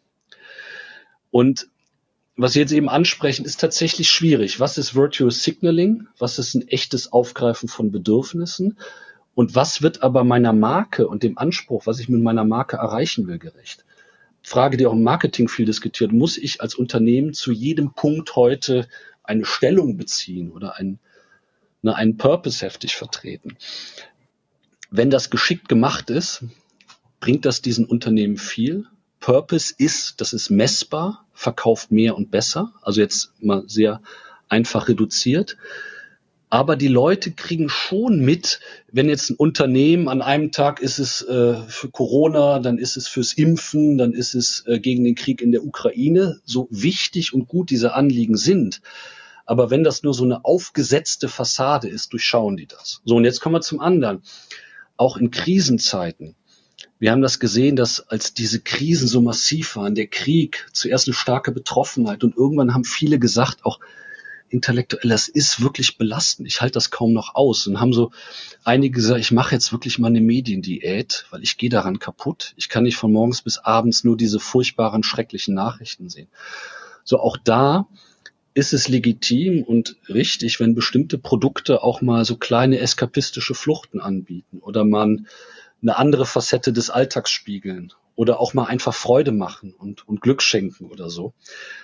Und was Sie jetzt eben ansprechen, ist tatsächlich schwierig. Was ist Virtuous Signaling? Was ist ein echtes Aufgreifen von Bedürfnissen? Und was wird aber meiner Marke und dem Anspruch, was ich mit meiner Marke erreichen will, gerecht? Frage, die auch im Marketing viel diskutiert. Muss ich als Unternehmen zu jedem Punkt heute eine Stellung beziehen oder einen, ne, einen Purpose heftig vertreten? Wenn das geschickt gemacht ist, bringt das diesen Unternehmen viel. Purpose ist, das ist messbar, verkauft mehr und besser, also jetzt mal sehr einfach reduziert. Aber die Leute kriegen schon mit, wenn jetzt ein Unternehmen an einem Tag ist es äh, für Corona, dann ist es fürs Impfen, dann ist es äh, gegen den Krieg in der Ukraine, so wichtig und gut diese Anliegen sind. Aber wenn das nur so eine aufgesetzte Fassade ist, durchschauen die das. So, und jetzt kommen wir zum anderen. Auch in Krisenzeiten. Wir haben das gesehen, dass als diese Krisen so massiv waren, der Krieg, zuerst eine starke Betroffenheit und irgendwann haben viele gesagt, auch intellektuell, das ist wirklich belastend, ich halte das kaum noch aus. Und haben so einige gesagt, ich mache jetzt wirklich mal eine Mediendiät, weil ich gehe daran kaputt. Ich kann nicht von morgens bis abends nur diese furchtbaren, schrecklichen Nachrichten sehen. So, auch da ist es legitim und richtig, wenn bestimmte Produkte auch mal so kleine eskapistische Fluchten anbieten oder man eine andere Facette des Alltags spiegeln oder auch mal einfach Freude machen und, und Glück schenken oder so.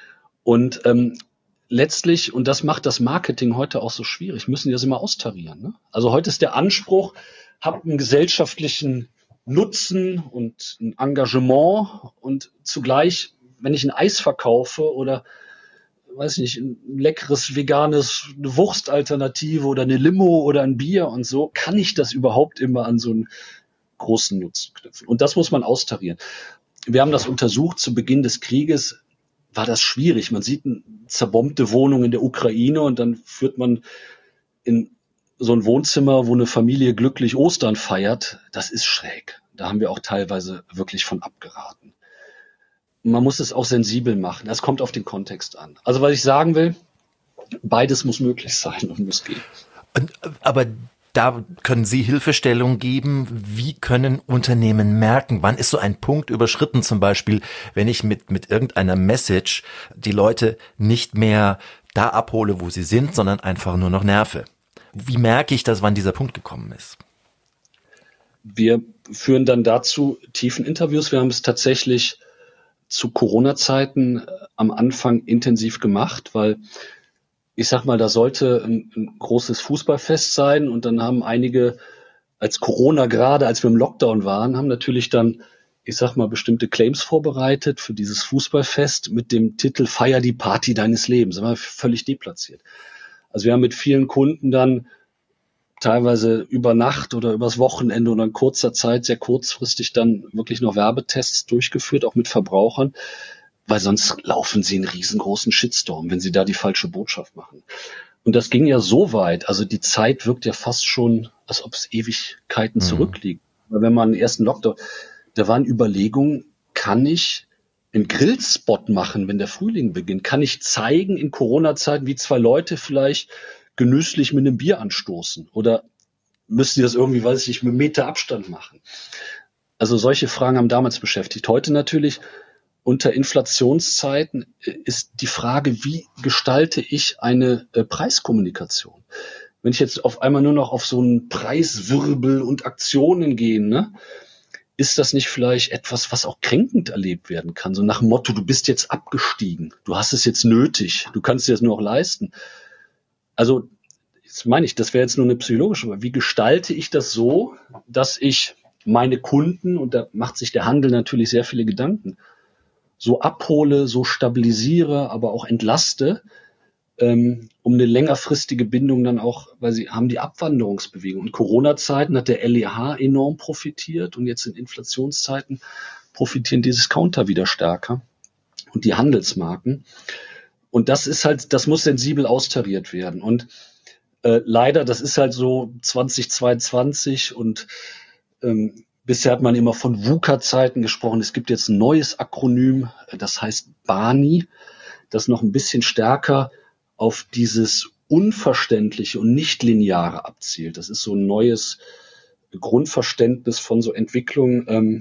Und ähm, letztlich, und das macht das Marketing heute auch so schwierig, müssen die das immer austarieren. Ne? Also heute ist der Anspruch, habt einen gesellschaftlichen Nutzen und ein Engagement und zugleich, wenn ich ein Eis verkaufe oder weiß nicht, ein leckeres veganes eine Wurstalternative oder eine Limo oder ein Bier und so, kann ich das überhaupt immer an so einen großen Nutzen knüpfen. Und das muss man austarieren. Wir haben das untersucht, zu Beginn des Krieges war das schwierig. Man sieht eine zerbombte Wohnung in der Ukraine und dann führt man in so ein Wohnzimmer, wo eine Familie glücklich Ostern feiert, das ist schräg. Da haben wir auch teilweise wirklich von abgeraten. Man muss es auch sensibel machen. Das kommt auf den Kontext an. Also was ich sagen will, beides muss möglich sein und muss gehen. Aber da können Sie Hilfestellung geben. Wie können Unternehmen merken, wann ist so ein Punkt überschritten, zum Beispiel, wenn ich mit, mit irgendeiner Message die Leute nicht mehr da abhole, wo sie sind, sondern einfach nur noch nerve? Wie merke ich das, wann dieser Punkt gekommen ist? Wir führen dann dazu tiefen Interviews. Wir haben es tatsächlich zu Corona-Zeiten am Anfang intensiv gemacht, weil ich sag mal, da sollte ein, ein großes Fußballfest sein und dann haben einige, als Corona gerade, als wir im Lockdown waren, haben natürlich dann, ich sag mal, bestimmte Claims vorbereitet für dieses Fußballfest mit dem Titel Feier die Party deines Lebens. Das war völlig deplatziert. Also wir haben mit vielen Kunden dann teilweise über Nacht oder übers Wochenende oder in kurzer Zeit, sehr kurzfristig dann wirklich noch Werbetests durchgeführt, auch mit Verbrauchern, weil sonst laufen sie einen riesengroßen Shitstorm, wenn sie da die falsche Botschaft machen. Und das ging ja so weit, also die Zeit wirkt ja fast schon, als ob es Ewigkeiten mhm. zurückliegt. Weil wenn man den ersten Lockdown, da waren Überlegungen, kann ich einen Grillspot machen, wenn der Frühling beginnt? Kann ich zeigen in Corona-Zeiten, wie zwei Leute vielleicht genüsslich mit einem Bier anstoßen? Oder müssen die das irgendwie, weiß ich nicht, mit einem Meter Abstand machen? Also solche Fragen haben damals beschäftigt. Heute natürlich unter Inflationszeiten ist die Frage, wie gestalte ich eine äh, Preiskommunikation? Wenn ich jetzt auf einmal nur noch auf so einen Preiswirbel und Aktionen gehe, ne, ist das nicht vielleicht etwas, was auch kränkend erlebt werden kann? So nach dem Motto, du bist jetzt abgestiegen, du hast es jetzt nötig, du kannst dir das nur noch leisten. Also, jetzt meine ich, das wäre jetzt nur eine psychologische, aber wie gestalte ich das so, dass ich meine Kunden, und da macht sich der Handel natürlich sehr viele Gedanken, so abhole, so stabilisiere, aber auch entlaste, ähm, um eine längerfristige Bindung dann auch, weil sie haben die Abwanderungsbewegung. In Corona-Zeiten hat der L E H enorm profitiert und jetzt in Inflationszeiten profitieren die Discounter wieder stärker und die Handelsmarken. Und das ist halt, das muss sensibel austariert werden. Und äh, leider, das ist halt so zwanzig zweiundzwanzig und ähm, bisher hat man immer von VUCA-Zeiten gesprochen. Es gibt jetzt ein neues Akronym, das heißt B A N I, das noch ein bisschen stärker auf dieses Unverständliche und Nichtlineare abzielt. Das ist so ein neues Grundverständnis von so Entwicklung, ähm,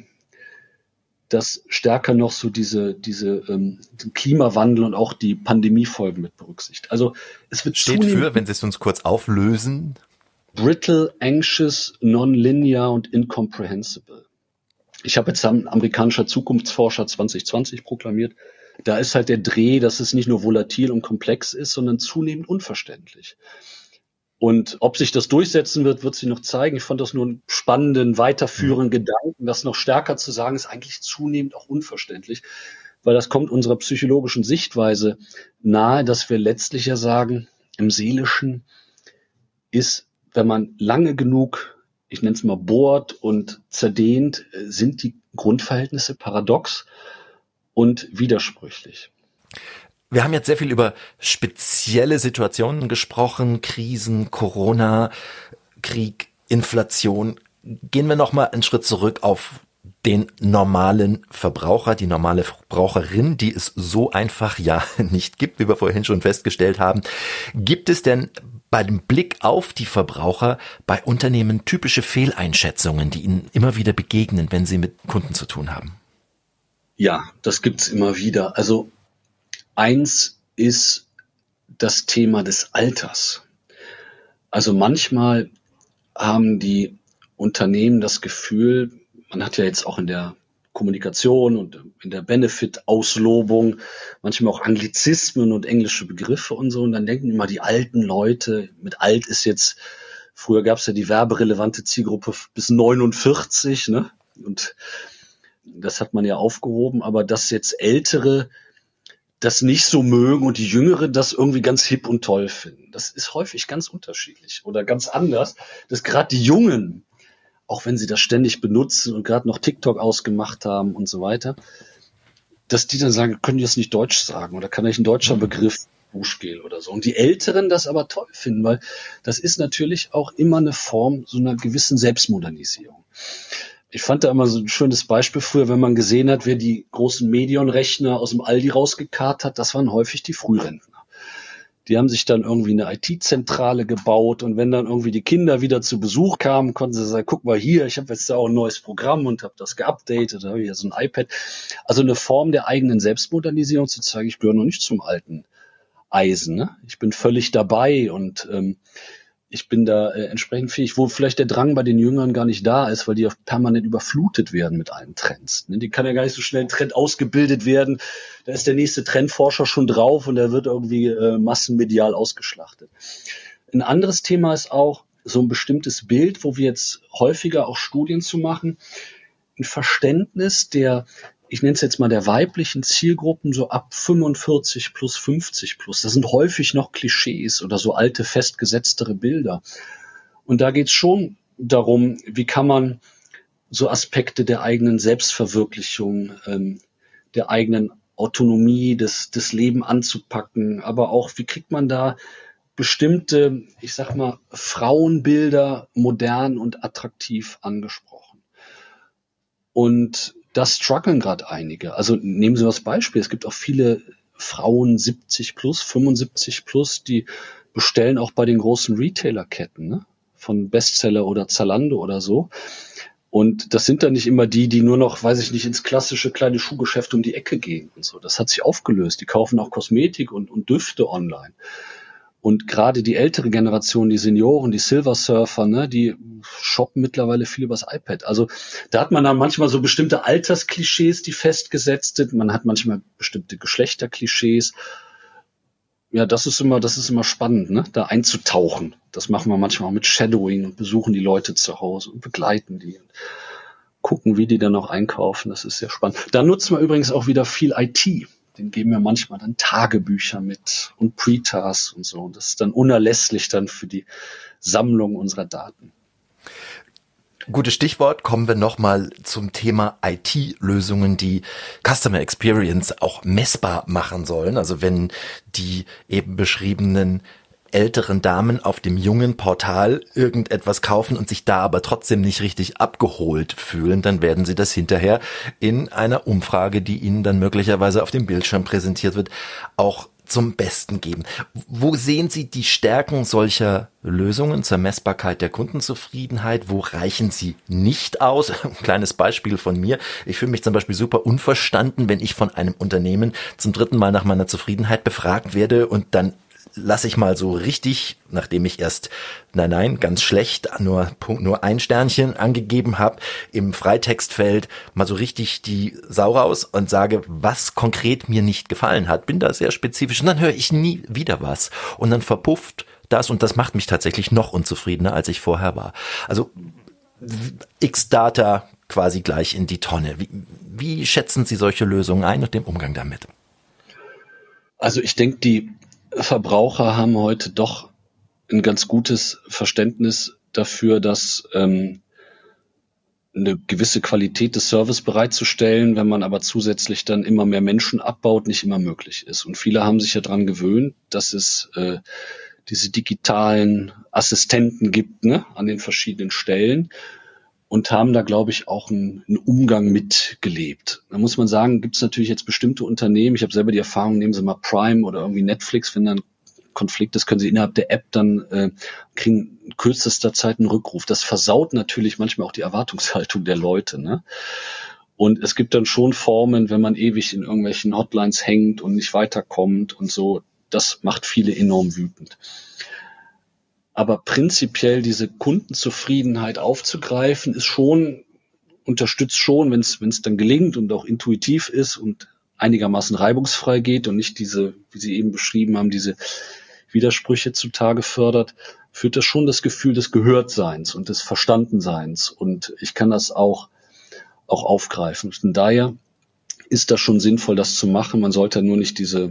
das stärker noch so diese, diese ähm, den Klimawandel und auch die Pandemiefolgen mit berücksichtigt. Also es wird steht für, wenn Sie es uns kurz auflösen. Brittle, anxious, non-linear und incomprehensible. Ich habe jetzt ein amerikanischer Zukunftsforscher zwanzig zwanzig proklamiert. Da ist halt der Dreh, dass es nicht nur volatil und komplex ist, sondern zunehmend unverständlich. Und ob sich das durchsetzen wird, wird sich noch zeigen. Ich fand das nur einen spannenden, weiterführenden mhm. Gedanken, das noch stärker zu sagen, ist eigentlich zunehmend auch unverständlich, weil das kommt unserer psychologischen Sichtweise nahe, dass wir letztlich ja sagen, im Seelischen ist, wenn man lange genug, ich nenne es mal bohrt und zerdehnt, sind die Grundverhältnisse paradox und widersprüchlich. Wir haben jetzt sehr viel über spezielle Situationen gesprochen, Krisen, Corona, Krieg, Inflation. Gehen wir noch mal einen Schritt zurück auf den normalen Verbraucher, die normale Verbraucherin, die es so einfach ja nicht gibt, wie wir vorhin schon festgestellt haben. Gibt es denn bei dem Blick auf die Verbraucher bei Unternehmen typische Fehleinschätzungen, die Ihnen immer wieder begegnen, wenn Sie mit Kunden zu tun haben? Ja, das gibt's immer wieder. Also eins ist das Thema des Alters. Also manchmal haben die Unternehmen das Gefühl, man hat ja jetzt auch in der Kommunikation und in der Benefit-Auslobung manchmal auch Anglizismen und englische Begriffe und so. Und dann denken immer die alten Leute, mit alt ist jetzt, früher gab es ja die werberelevante Zielgruppe bis neunundvierzig, ne? Und das hat man ja aufgehoben. Aber dass jetzt Ältere das nicht so mögen und die Jüngeren das irgendwie ganz hip und toll finden, das ist häufig ganz unterschiedlich oder ganz anders, dass gerade die Jungen, auch wenn sie das ständig benutzen und gerade noch TikTok ausgemacht haben und so weiter, dass die dann sagen, können die das nicht Deutsch sagen oder kann ich ein deutscher Begriff? Duschgel oder so. Und die Älteren das aber toll finden, weil das ist natürlich auch immer eine Form so einer gewissen Selbstmodernisierung. Ich fand da immer so ein schönes Beispiel früher, wenn man gesehen hat, wer die großen Medion-Rechner aus dem Aldi rausgekarrt hat, das waren häufig die Frührentner. Die haben sich dann irgendwie eine I T-Zentrale gebaut und wenn dann irgendwie die Kinder wieder zu Besuch kamen, konnten sie sagen, guck mal hier, ich habe jetzt da auch ein neues Programm und habe das geupdatet, da habe ich ja so ein iPad. Also eine Form der eigenen Selbstmodernisierung zu zeigen, ich gehöre noch nicht zum alten Eisen. Ne? Ich bin völlig dabei und ähm, ich bin da äh, entsprechend fähig, wo vielleicht der Drang bei den Jüngern gar nicht da ist, weil die auch permanent überflutet werden mit allen Trends. Ne? Die kann ja gar nicht so schnell ein Trend ausgebildet werden. Da ist der nächste Trendforscher schon drauf und der wird irgendwie äh, massenmedial ausgeschlachtet. Ein anderes Thema ist auch so ein bestimmtes Bild, wo wir jetzt häufiger auch Studien zu machen, ein Verständnis der, ich nenne es jetzt mal der weiblichen Zielgruppen, so ab fünfundvierzig plus fünfzig plus. Das sind häufig noch Klischees oder so alte, festgesetztere Bilder. Und da geht es schon darum, wie kann man so Aspekte der eigenen Selbstverwirklichung, ähm, der eigenen Autonomie, des, des Leben anzupacken, aber auch, wie kriegt man da bestimmte, ich sag mal, Frauenbilder modern und attraktiv angesprochen. Und das strugglen gerade einige. Also nehmen Sie das Beispiel. Es gibt auch viele Frauen siebzig plus, fünfundsiebzig plus, die bestellen auch bei den großen Retailerketten, ne? Von Bestseller oder Zalando oder so. Und das sind dann nicht immer die, die nur noch, weiß ich nicht, ins klassische kleine Schuhgeschäft um die Ecke gehen und so. Das hat sich aufgelöst. Die kaufen auch Kosmetik und, und Düfte online. Und gerade die ältere Generation, die Senioren, die Silversurfer, ne, die shoppen mittlerweile viel übers iPad. Also da hat man dann manchmal so bestimmte Altersklischees, die festgesetzt sind. Man hat manchmal bestimmte Geschlechterklischees. Ja, das ist immer, das ist immer spannend, ne, da einzutauchen. Das machen wir manchmal auch mit Shadowing und besuchen die Leute zu Hause und begleiten die und gucken, wie die dann auch einkaufen. Das ist sehr spannend. Da nutzen wir übrigens auch wieder viel I T. Den geben wir manchmal dann Tagebücher mit und Pre-Tasks und so. Und das ist dann unerlässlich dann für die Sammlung unserer Daten. Gutes Stichwort, kommen wir nochmal zum Thema I T-Lösungen, die Customer Experience auch messbar machen sollen. Also wenn die eben beschriebenen älteren Damen auf dem jungen Portal irgendetwas kaufen und sich da aber trotzdem nicht richtig abgeholt fühlen, dann werden sie das hinterher in einer Umfrage, die ihnen dann möglicherweise auf dem Bildschirm präsentiert wird, auch zum Besten geben. Wo sehen Sie die Stärken solcher Lösungen zur Messbarkeit der Kundenzufriedenheit? Wo reichen sie nicht aus? Ein kleines Beispiel von mir. Ich fühle mich zum Beispiel super unverstanden, wenn ich von einem Unternehmen zum dritten Mal nach meiner Zufriedenheit befragt werde und dann lasse ich mal so richtig, nachdem ich erst, nein, nein, ganz schlecht, nur nur ein Sternchen angegeben habe, im Freitextfeld mal so richtig die Sau raus und sage, was konkret mir nicht gefallen hat. Bin da sehr spezifisch und dann höre ich nie wieder was. Und dann verpufft das und das macht mich tatsächlich noch unzufriedener, als ich vorher war. Also X-Data quasi gleich in die Tonne. Wie, wie schätzen Sie solche Lösungen ein und den Umgang damit? Also ich denke, die Verbraucher haben heute doch ein ganz gutes Verständnis dafür, dass ähm, eine gewisse Qualität des Service bereitzustellen, wenn man aber zusätzlich dann immer mehr Menschen abbaut, nicht immer möglich ist. Und viele haben sich ja daran gewöhnt, dass es äh, diese digitalen Assistenten gibt, ne, an den verschiedenen Stellen und haben da, glaube ich, auch einen, einen Umgang mitgelebt. Da muss man sagen, gibt es natürlich jetzt bestimmte Unternehmen, ich habe selber die Erfahrung, nehmen Sie mal Prime oder irgendwie Netflix, wenn dann Konflikt ist, können Sie innerhalb der App dann äh, kriegen in kürzester Zeit einen Rückruf. Das versaut natürlich manchmal auch die Erwartungshaltung der Leute, ne? Und es gibt dann schon Formen, wenn man ewig in irgendwelchen Hotlines hängt und nicht weiterkommt und so, das macht viele enorm wütend. Aber prinzipiell diese Kundenzufriedenheit aufzugreifen, ist schon, unterstützt schon, wenn es wenn es dann gelingt und auch intuitiv ist und einigermaßen reibungsfrei geht und nicht diese, wie Sie eben beschrieben haben, diese Widersprüche zutage fördert, führt das schon das Gefühl des Gehörtseins und des Verstandenseins. Und ich kann das auch, auch aufgreifen. Von daher ist das schon sinnvoll, das zu machen. Man sollte nur nicht diese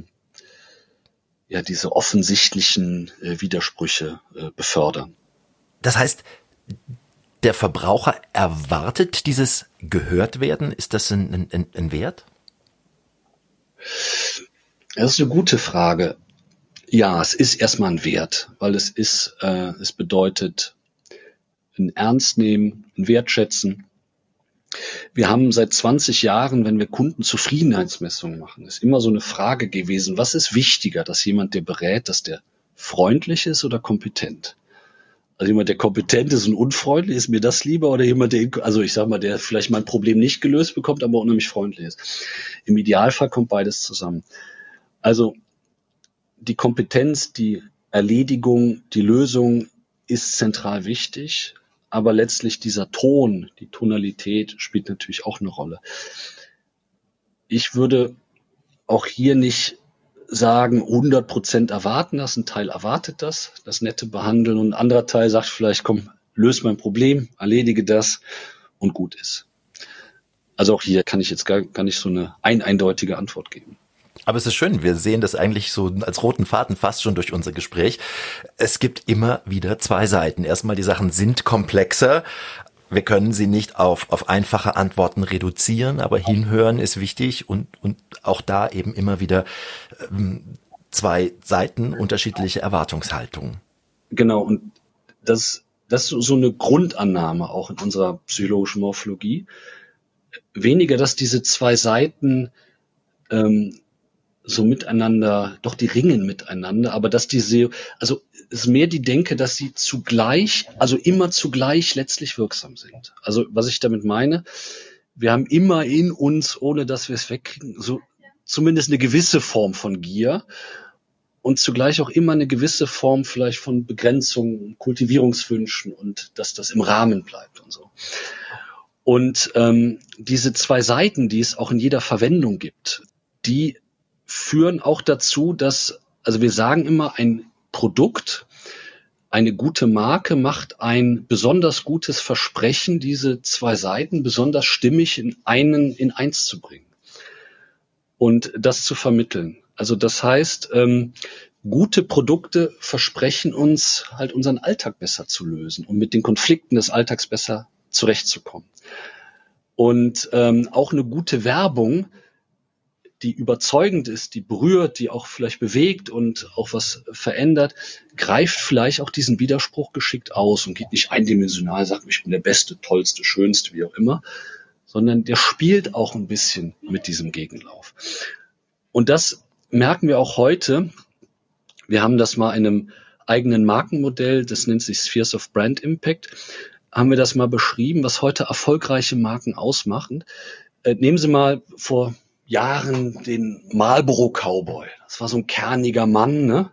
ja diese offensichtlichen äh, Widersprüche äh, befördern. Das heißt, der Verbraucher erwartet dieses Gehörtwerden? Ist das ein, ein, ein Wert? Das ist eine gute Frage. Ja, es ist erstmal ein Wert, weil es ist, äh, es bedeutet ein Ernst nehmen, ein Wertschätzen. Wir haben seit zwanzig Jahren, wenn wir Kundenzufriedenheitsmessungen machen, ist immer so eine Frage gewesen, was ist wichtiger, dass jemand, der berät, dass der freundlich ist oder kompetent? Also jemand, der kompetent ist und unfreundlich, ist mir das lieber, oder jemand, der, also ich sag mal, der vielleicht mein Problem nicht gelöst bekommt, aber unheimlich freundlich ist. Im Idealfall kommt beides zusammen. Also die Kompetenz, die Erledigung, die Lösung ist zentral wichtig, aber letztlich dieser Ton, die Tonalität spielt natürlich auch eine Rolle. Ich würde auch hier nicht sagen, hundert Prozent erwarten das, ein Teil erwartet das, das nette Behandeln, und ein anderer Teil sagt vielleicht, komm, löse mein Problem, erledige das und gut ist. Also auch hier kann ich jetzt gar, gar nicht so eine ein eindeutige Antwort geben. Aber es ist schön, wir sehen das eigentlich so als roten Faden fast schon durch unser Gespräch. Es gibt immer wieder zwei Seiten. Erstmal, die Sachen sind komplexer. Wir können sie nicht auf, auf einfache Antworten reduzieren, aber hinhören ist wichtig, und, und auch da eben immer wieder ähm, zwei Seiten, unterschiedliche Erwartungshaltungen. Genau, und das, das ist so eine Grundannahme auch in unserer psychologischen Morphologie. Weniger, dass diese zwei Seiten ähm, so miteinander, doch die ringen miteinander, aber dass diese, also es ist mehr die Denke, dass sie zugleich, also immer zugleich letztlich wirksam sind. Also was ich damit meine, wir haben immer in uns, ohne dass wir es wegkriegen, so zumindest eine gewisse Form von Gier und zugleich auch immer eine gewisse Form vielleicht von Begrenzung, Kultivierungswünschen, und dass das im Rahmen bleibt und so. Und ähm, diese zwei Seiten, die es auch in jeder Verwendung gibt, die führen auch dazu, dass, also wir sagen immer, ein Produkt, eine gute Marke macht ein besonders gutes Versprechen, diese zwei Seiten besonders stimmig in einen, in eins zu bringen und das zu vermitteln. Also das heißt, ähm, gute Produkte versprechen uns halt unseren Alltag besser zu lösen und mit den Konflikten des Alltags besser zurechtzukommen. Und ähm, auch eine gute Werbung, die überzeugend ist, die berührt, die auch vielleicht bewegt und auch was verändert, greift vielleicht auch diesen Widerspruch geschickt aus und geht nicht eindimensional, sagt, ich bin der Beste, Tollste, Schönste, wie auch immer, sondern der spielt auch ein bisschen mit diesem Gegenlauf. Und das merken wir auch heute. Wir haben das mal in einem eigenen Markenmodell, das nennt sich Spheres of Brand Impact, haben wir das mal beschrieben, was heute erfolgreiche Marken ausmachen. Äh, nehmen Sie mal vor Jahren den Marlboro Cowboy. Das war so ein kerniger Mann, ne?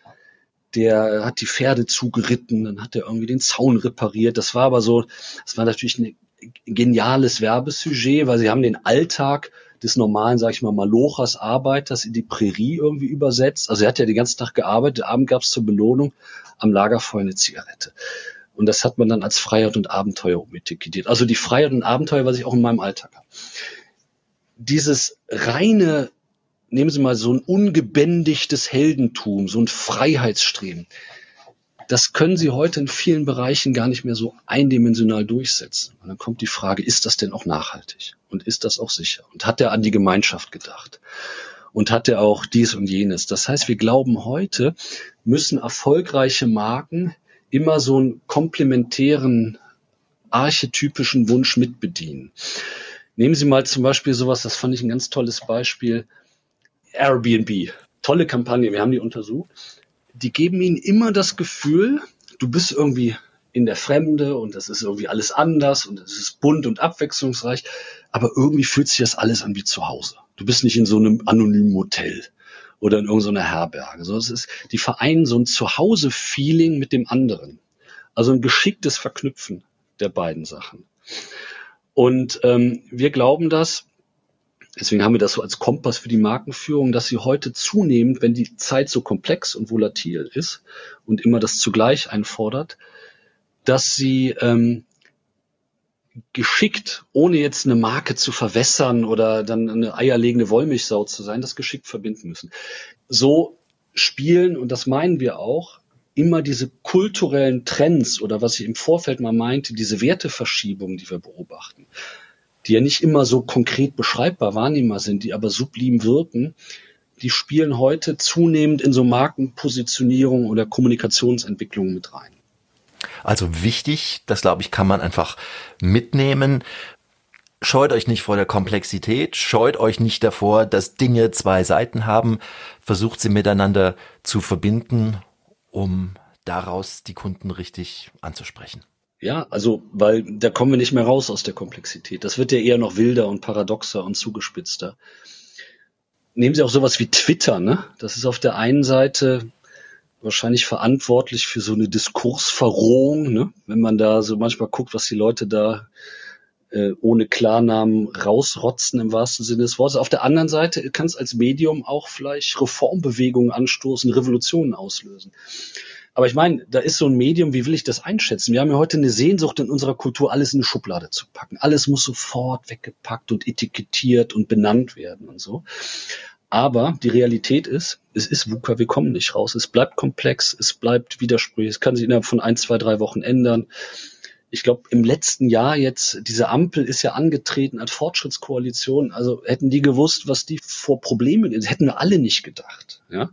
Der hat die Pferde zugeritten, dann hat er irgendwie den Zaun repariert. Das war aber so, das war natürlich ein geniales Werbesujet, weil sie haben den Alltag des normalen, sag ich mal, Malochers, Arbeiters in die Prärie irgendwie übersetzt. Also er hat ja den ganzen Tag gearbeitet, abends gab es zur Belohnung am Lagerfeuer eine Zigarette. Und das hat man dann als Freiheit und Abenteuer umetikettiert. Also die Freiheit und Abenteuer, was ich auch in meinem Alltag habe. Dieses reine, nehmen Sie mal so ein ungebändigtes Heldentum, so ein Freiheitsstreben, das können Sie heute in vielen Bereichen gar nicht mehr so eindimensional durchsetzen. Und dann kommt die Frage, ist das denn auch nachhaltig? Und ist das auch sicher? Und hat er an die Gemeinschaft gedacht? Und hat er auch dies und jenes? Das heißt, wir glauben, heute müssen erfolgreiche Marken immer so einen komplementären, archetypischen Wunsch mitbedienen. Nehmen Sie mal zum Beispiel sowas, das fand ich ein ganz tolles Beispiel, Airbnb. Tolle Kampagne, wir haben die untersucht. Die geben Ihnen immer das Gefühl, du bist irgendwie in der Fremde und das ist irgendwie alles anders und es ist bunt und abwechslungsreich, aber irgendwie fühlt sich das alles an wie zu Hause. Du bist nicht in so einem anonymen Hotel oder in irgendeiner Herberge. So, es ist, die vereinen so ein Zuhause-Feeling mit dem anderen. Also ein geschicktes Verknüpfen der beiden Sachen. Und ähm, wir glauben das, deswegen haben wir das so als Kompass für die Markenführung, dass sie heute zunehmend, wenn die Zeit so komplex und volatil ist und immer das zugleich einfordert, dass sie ähm, geschickt, ohne jetzt eine Marke zu verwässern oder dann eine eierlegende Wollmilchsau zu sein, das geschickt verbinden müssen. So spielen, und das meinen wir auch, immer diese kulturellen Trends oder was ich im Vorfeld mal meinte, diese Werteverschiebungen, die wir beobachten, die ja nicht immer so konkret beschreibbar wahrnehmbar sind, die aber sublim wirken, die spielen heute zunehmend in so Markenpositionierung oder Kommunikationsentwicklung mit rein. Also wichtig, das glaube ich, kann man einfach mitnehmen. Scheut euch nicht vor der Komplexität, scheut euch nicht davor, dass Dinge zwei Seiten haben, versucht sie miteinander zu verbinden, um daraus die Kunden richtig anzusprechen. Ja, also, weil da kommen wir nicht mehr raus aus der Komplexität. Das wird ja eher noch wilder und paradoxer und zugespitzter. Nehmen Sie auch sowas wie Twitter, ne? Das ist auf der einen Seite wahrscheinlich verantwortlich für so eine Diskursverrohung, ne? Wenn man da so manchmal guckt, was die Leute da äh, ohne Klarnamen rausrotzen im wahrsten Sinne des Wortes. Auf der anderen Seite kann es als Medium auch vielleicht Reformbewegungen anstoßen, Revolutionen auslösen. Aber ich meine, da ist so ein Medium, wie will ich das einschätzen? Wir haben ja heute eine Sehnsucht in unserer Kultur, alles in eine Schublade zu packen. Alles muss sofort weggepackt und etikettiert und benannt werden und so. Aber die Realität ist, es ist VUCA, wir kommen nicht raus. Es bleibt komplex, es bleibt widersprüchlich, es kann sich innerhalb von ein, zwei, drei Wochen ändern. Ich glaube, im letzten Jahr jetzt, diese Ampel ist ja angetreten als Fortschrittskoalition. Also hätten die gewusst, was die vor Problemen sind, hätten wir alle nicht gedacht, ja.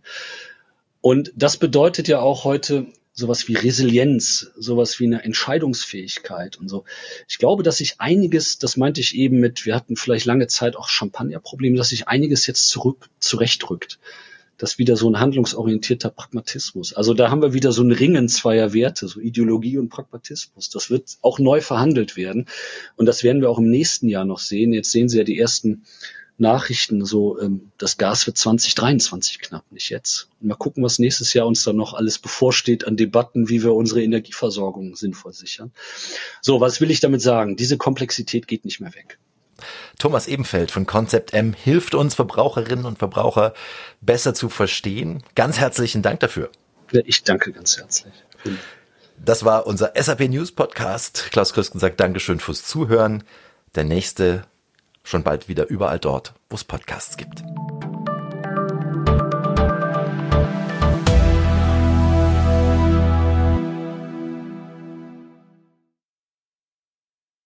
Und das bedeutet ja auch heute sowas wie Resilienz, sowas wie eine Entscheidungsfähigkeit und so. Ich glaube, dass sich einiges, das meinte ich eben mit, wir hatten vielleicht lange Zeit auch Champagnerprobleme, dass sich einiges jetzt zurück zurechtrückt. Das ist wieder so ein handlungsorientierter Pragmatismus. Also da haben wir wieder so ein Ringen zweier Werte, so Ideologie und Pragmatismus. Das wird auch neu verhandelt werden. Und das werden wir auch im nächsten Jahr noch sehen. Jetzt sehen Sie ja die ersten Nachrichten, so ähm, das Gas wird zwanzig dreiundzwanzig knapp, nicht jetzt. Und mal gucken, was nächstes Jahr uns dann noch alles bevorsteht an Debatten, wie wir unsere Energieversorgung sinnvoll sichern. So, was will ich damit sagen? Diese Komplexität geht nicht mehr weg. Thomas Ebenfeld von Concept M hilft uns, Verbraucherinnen und Verbraucher besser zu verstehen. Ganz herzlichen Dank dafür. Ja, ich danke ganz herzlich. Das war unser S A P News Podcast. Klaus Krüsken sagt Dankeschön fürs Zuhören. Der nächste schon bald wieder überall dort, wo es Podcasts gibt.